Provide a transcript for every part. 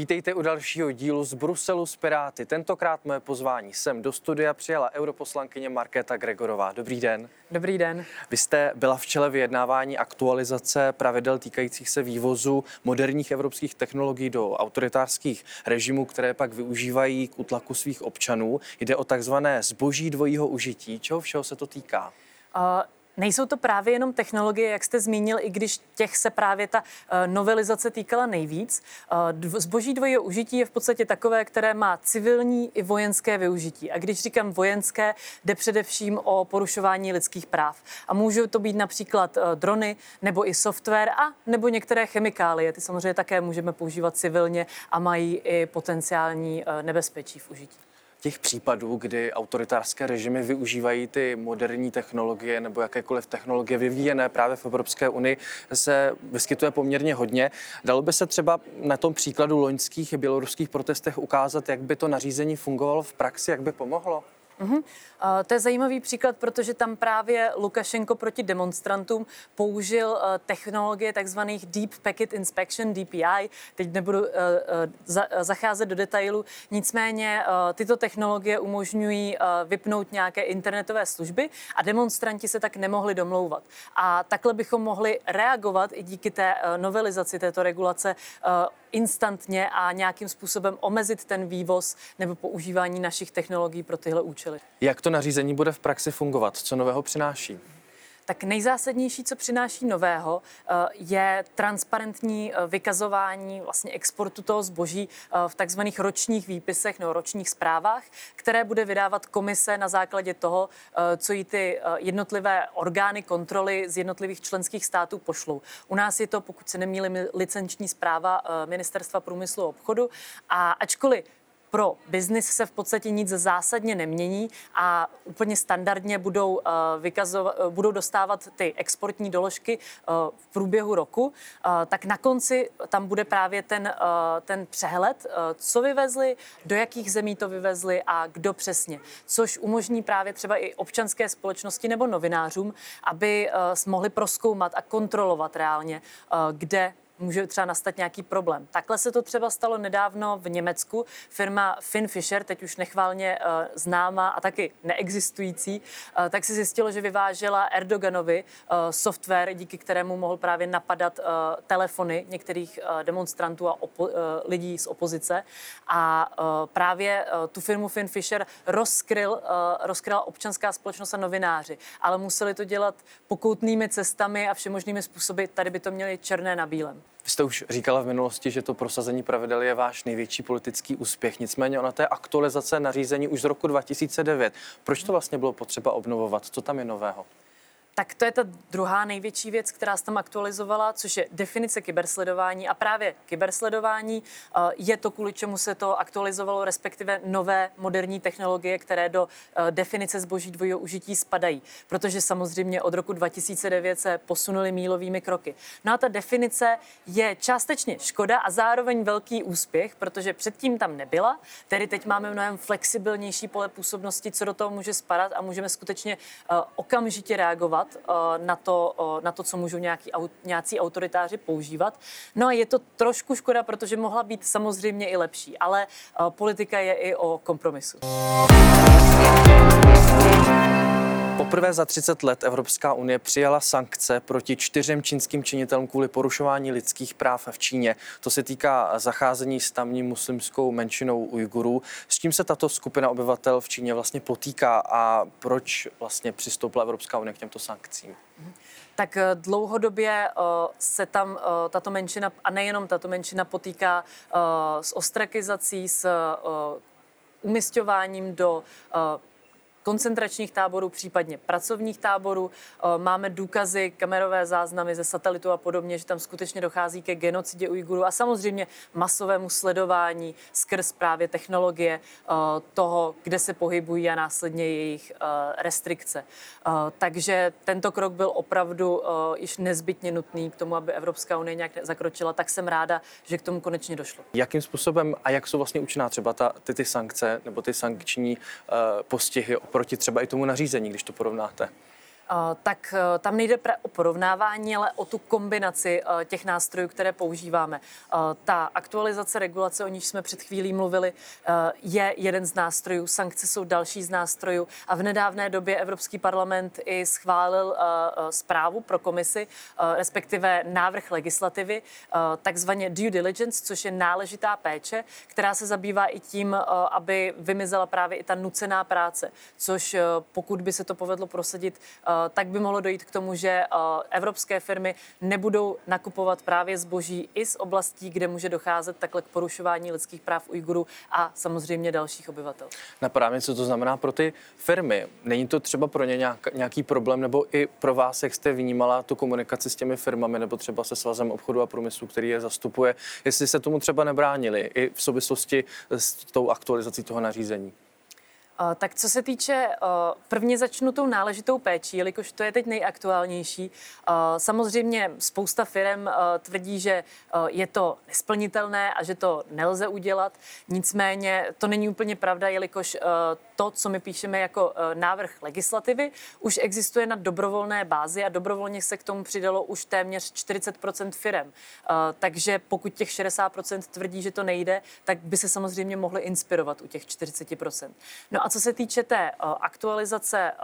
Vítejte u dalšího dílu z Bruselu s Piráty. Tentokrát moje pozvání sem do studia přijala europoslankyně Markéta Gregorová. Dobrý den. Dobrý den. Vy jste byla v čele vyjednávání aktualizace pravidel týkajících se vývozu moderních evropských technologií do autoritářských režimů, které pak využívají k útlaku svých občanů. Jde o takzvané zboží dvojího užití. Čeho všeho se to týká? Nejsou to právě jenom technologie, jak jste zmínil, i když těch se právě ta novelizace týkala nejvíc. Zboží dvojího užití je v podstatě takové, které má civilní i vojenské využití. A když říkám vojenské, jde především o porušování lidských práv. A můžou to být například drony, nebo i software, a nebo některé chemikálie. Ty samozřejmě také můžeme používat civilně a mají i potenciální nebezpečí v užití. Těch případů, kdy autoritářské režimy využívají ty moderní technologie nebo jakékoliv technologie vyvíjené právě v Evropské unii, se vyskytuje poměrně hodně. Dalo by se třeba na tom příkladu loňských běloruských protestech ukázat, jak by to nařízení fungovalo v praxi, jak by pomohlo? To je zajímavý příklad, protože tam právě Lukašenko proti demonstrantům použil technologie takzvaných Deep Packet Inspection, DPI. Teď nebudu zacházet do detailu, nicméně tyto technologie umožňují vypnout nějaké internetové služby a demonstranti se tak nemohli domlouvat. A takhle bychom mohli reagovat i díky té novelizaci této regulace instantně a nějakým způsobem omezit ten vývoz nebo používání našich technologií pro tyhle účely. Jak to nařízení bude v praxi fungovat? Co nového přináší? Tak nejzásadnější, co přináší nového, je transparentní vykazování vlastně exportu toho zboží v takzvaných ročních výpisech nebo ročních zprávách, které bude vydávat komise na základě toho, co jí ty jednotlivé orgány kontroly z jednotlivých členských států pošlou. U nás je to, pokud se nemýlím, licenční zpráva Ministerstva průmyslu a obchodu, a ačkoliv pro biznis se v podstatě nic zásadně nemění a úplně standardně budou dostávat ty exportní doložky v průběhu roku, tak na konci tam bude právě ten přehled, co vyvezli, do jakých zemí to vyvezli a kdo přesně. Což umožní právě třeba i občanské společnosti nebo novinářům, aby mohli prozkoumat a kontrolovat reálně, kde může třeba nastat nějaký problém. Takhle se to třeba stalo nedávno v Německu. Firma Fischer, teď už nechválně známá a taky neexistující, tak si zjistilo, že vyvážela Erdoganovi software, díky kterému mohl právě napadat telefony některých demonstrantů a lidí z opozice. A právě tu firmu Fischer rozkryla občanská společnost a novináři. Ale museli to dělat pokoutnými cestami a všemožnými způsoby. Tady by to měli černé na bílém. Vy jste už říkala v minulosti, že to prosazení pravidel je váš největší politický úspěch. Nicméně ona té aktualizace nařízení už z roku 2009. Proč to vlastně bylo potřeba obnovovat? Co tam je nového? Tak to je ta druhá největší věc, která se tam aktualizovala, což je definice kybersledování. A právě kybersledování je to, kvůli čemu se to aktualizovalo, respektive nové moderní technologie, které do definice zboží dvojího užití spadají. Protože samozřejmě od roku 2009 se posunuly mílovými kroky. No a ta definice je částečně škoda a zároveň velký úspěch, protože předtím tam nebyla. Tedy teď máme mnohem flexibilnější pole působnosti, co do toho může spadat, a můžeme skutečně okamžitě reagovat na to, co můžou nějací autoritáři používat. No a je to trošku škoda, protože mohla být samozřejmě i lepší, ale politika je i o kompromisu. Poprvé za 30 let Evropská unie přijala sankce proti 4 čínským činitelům kvůli porušování lidských práv v Číně. To se týká zacházení s tamní muslimskou menšinou Ujgurů. S čím se tato skupina obyvatel v Číně vlastně potýká a proč vlastně přistoupila Evropská unie k těmto sankcím? Tak dlouhodobě se tam tato menšina, a nejenom tato menšina, potýká s ostrakizací, s umisťováním do koncentračních táborů, případně pracovních táborů. Máme důkazy, kamerové záznamy ze satelitu a podobně, že tam skutečně dochází ke genocidě Ujgurů a samozřejmě masovému sledování skrz právě technologie toho, kde se pohybují a následně jejich restrikce. Takže tento krok byl opravdu již nezbytně nutný k tomu, aby Evropská unie nějak zakročila, tak jsem ráda, že k tomu konečně došlo. Jakým způsobem a jak jsou vlastně účinná třeba ty sankce nebo ty sankční postihy proti třeba i tomu nařízení, když to porovnáte? Tak tam nejde o porovnávání, ale o tu kombinaci těch nástrojů, které používáme. Ta aktualizace regulace, o níž jsme před chvílí mluvili, je jeden z nástrojů, sankce jsou další z nástrojů a v nedávné době Evropský parlament i schválil zprávu pro komisi, respektive návrh legislativy, takzvaně due diligence, což je náležitá péče, která se zabývá i tím, aby vymizela právě i ta nucená práce, což pokud by se to povedlo prosadit, tak by mohlo dojít k tomu, že evropské firmy nebudou nakupovat právě zboží i z oblastí, kde může docházet takhle k porušování lidských práv Ujgurů a samozřejmě dalších obyvatel. Napadá mě, co to znamená pro ty firmy. Není to třeba pro ně nějaký problém, nebo i pro vás, jak jste vnímala tu komunikaci s těmi firmami, nebo třeba se Svazem obchodu a průmyslu, který je zastupuje, jestli se tomu třeba nebránili i v souvislosti s tou aktualizací toho nařízení? Tak co se týče, prvně začnu tou náležitou péčí, jelikož to je teď nejaktuálnější. Samozřejmě spousta firem tvrdí, že je to nesplnitelné a že to nelze udělat. Nicméně to není úplně pravda, jelikož to, co my píšeme jako návrh legislativy, už existuje na dobrovolné bázi a dobrovolně se k tomu přidalo už téměř 40% firem. Takže pokud těch 60% tvrdí, že to nejde, tak by se samozřejmě mohli inspirovat u těch 40%. No a co se týče té aktualizace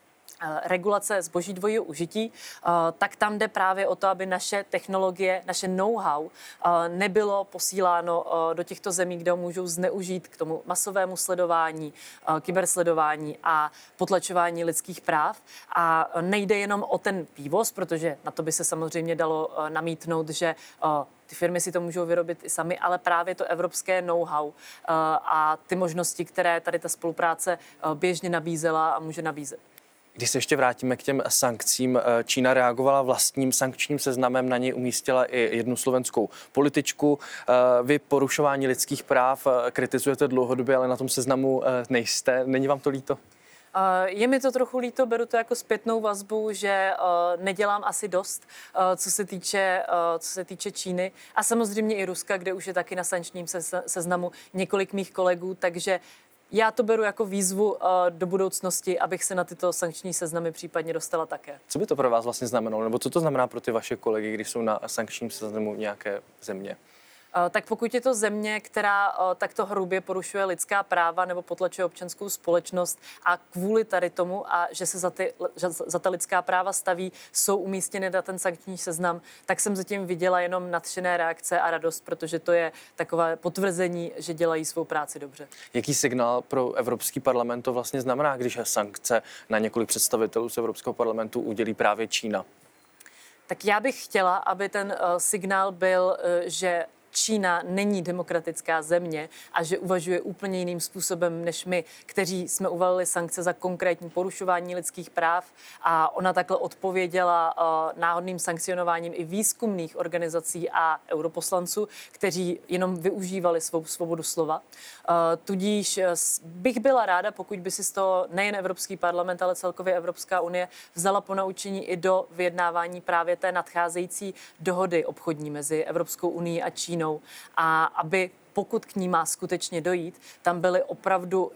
regulace zboží dvojího užití, tak tam jde právě o to, aby naše technologie, naše know-how nebylo posíláno do těchto zemí, kde ho můžou zneužít k tomu masovému sledování, kybersledování a potlačování lidských práv. A nejde jenom o ten vývoz, protože na to by se samozřejmě dalo namítnout, že ty firmy si to můžou vyrobit i sami, ale právě to evropské know-how a ty možnosti, které tady ta spolupráce běžně nabízela a může nabízet. Když se ještě vrátíme k těm sankcím, Čína reagovala vlastním sankčním seznamem, na něj umístila i jednu slovenskou političku. Vy porušování lidských práv kritizujete dlouhodobě, ale na tom seznamu nejste. Není vám to líto? Je mi to trochu líto, beru to jako zpětnou vazbu, že nedělám asi dost, co se týče Číny a samozřejmě i Ruska, kde už je taky na sankčním seznamu několik mých kolegů, takže já to beru jako výzvu do budoucnosti, abych se na tyto sankční seznamy případně dostala také. Co by to pro vás vlastně znamenalo, nebo co to znamená pro ty vaše kolegy, když jsou na sankčním seznamu nějaké země? Tak pokud je to země, která takto hrubě porušuje lidská práva nebo potlačuje občanskou společnost a kvůli tady tomu a že se za ta lidská práva staví, jsou umístěny na ten sankční seznam, tak jsem zatím viděla jenom nadšené reakce a radost, protože to je takové potvrzení, že dělají svou práci dobře. Jaký signál pro Evropský parlament to vlastně znamená, když sankce na několik představitelů z Evropského parlamentu udělí právě Čína? Tak já bych chtěla, aby ten signál byl, že Čína není demokratická země a že uvažuje úplně jiným způsobem než my, kteří jsme uvalili sankce za konkrétní porušování lidských práv a ona takhle odpověděla náhodným sankcionováním i výzkumných organizací a europoslanců, kteří jenom využívali svou svobodu slova. Tudíž bych byla ráda, pokud by si z toho nejen Evropský parlament, ale celkově Evropská unie vzala ponaučení i do vyjednávání právě té nadcházející dohody obchodní mezi Evropskou unií a Čínou. A aby, pokud k ní má skutečně dojít, tam byly opravdu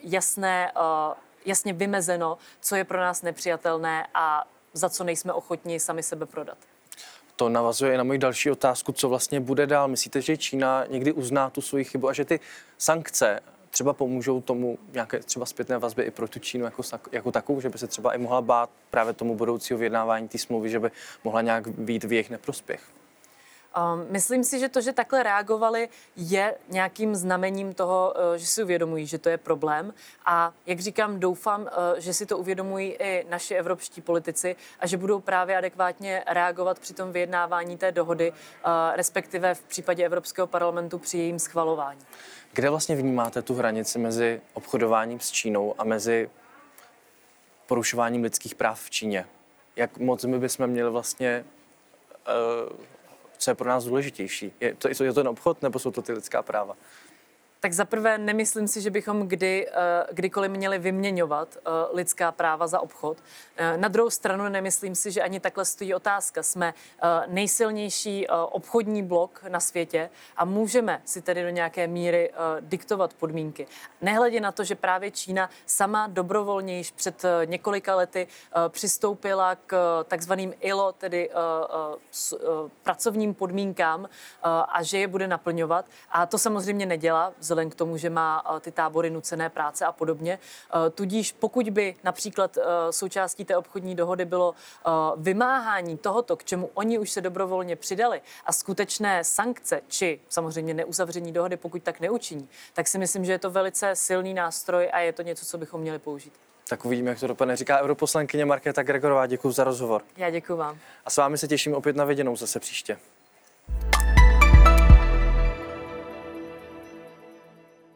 jasně vymezeno, co je pro nás nepřijatelné a za co nejsme ochotni sami sebe prodat. To navazuje i na moji další otázku, co vlastně bude dál. Myslíte, že Čína někdy uzná tu svoji chybu a že ty sankce třeba pomůžou tomu nějaké třeba zpětné vazby i pro tu Čínu jako takovou, že by se třeba i mohla bát právě tomu budoucího vyjednávání té smlouvy, že by mohla nějak být v jejich neprospěch? Myslím si, že to, že takhle reagovali, je nějakým znamením toho, že si uvědomují, že to je problém. A jak říkám, doufám, že si to uvědomují i naši evropští politici a že budou právě adekvátně reagovat při tom vyjednávání té dohody, respektive v případě Evropského parlamentu při jejím schvalování. Kde vlastně vnímáte tu hranici mezi obchodováním s Čínou a mezi porušováním lidských práv v Číně? Jak moc my bychom měli vlastně... co je pro nás důležitější? Je to ten obchod, nebo jsou to ty lidská práva? Tak zaprvé nemyslím si, že bychom kdykoliv měli vyměňovat lidská práva za obchod. Na druhou stranu nemyslím si, že ani takhle stojí otázka. Jsme nejsilnější obchodní blok na světě a můžeme si tedy do nějaké míry diktovat podmínky. Nehledě na to, že právě Čína sama dobrovolně již před několika lety přistoupila k takzvaným ILO, tedy pracovním podmínkám a že je bude naplňovat. A to samozřejmě nedělá, vzhledem k tomu, že má ty tábory nucené práce a podobně. Tudíž pokud by například součástí té obchodní dohody bylo vymáhání tohoto, k čemu oni už se dobrovolně přidali a skutečné sankce, či samozřejmě neuzavření dohody, pokud tak neučiní, tak si myslím, že je to velice silný nástroj a je to něco, co bychom měli použít. Tak uvidíme, jak to dopadne. Říká europoslankyně Markéta Gregorová. Děkuji za rozhovor. Já děkuji vám. A s vámi se těším opět na viděnou zase příště.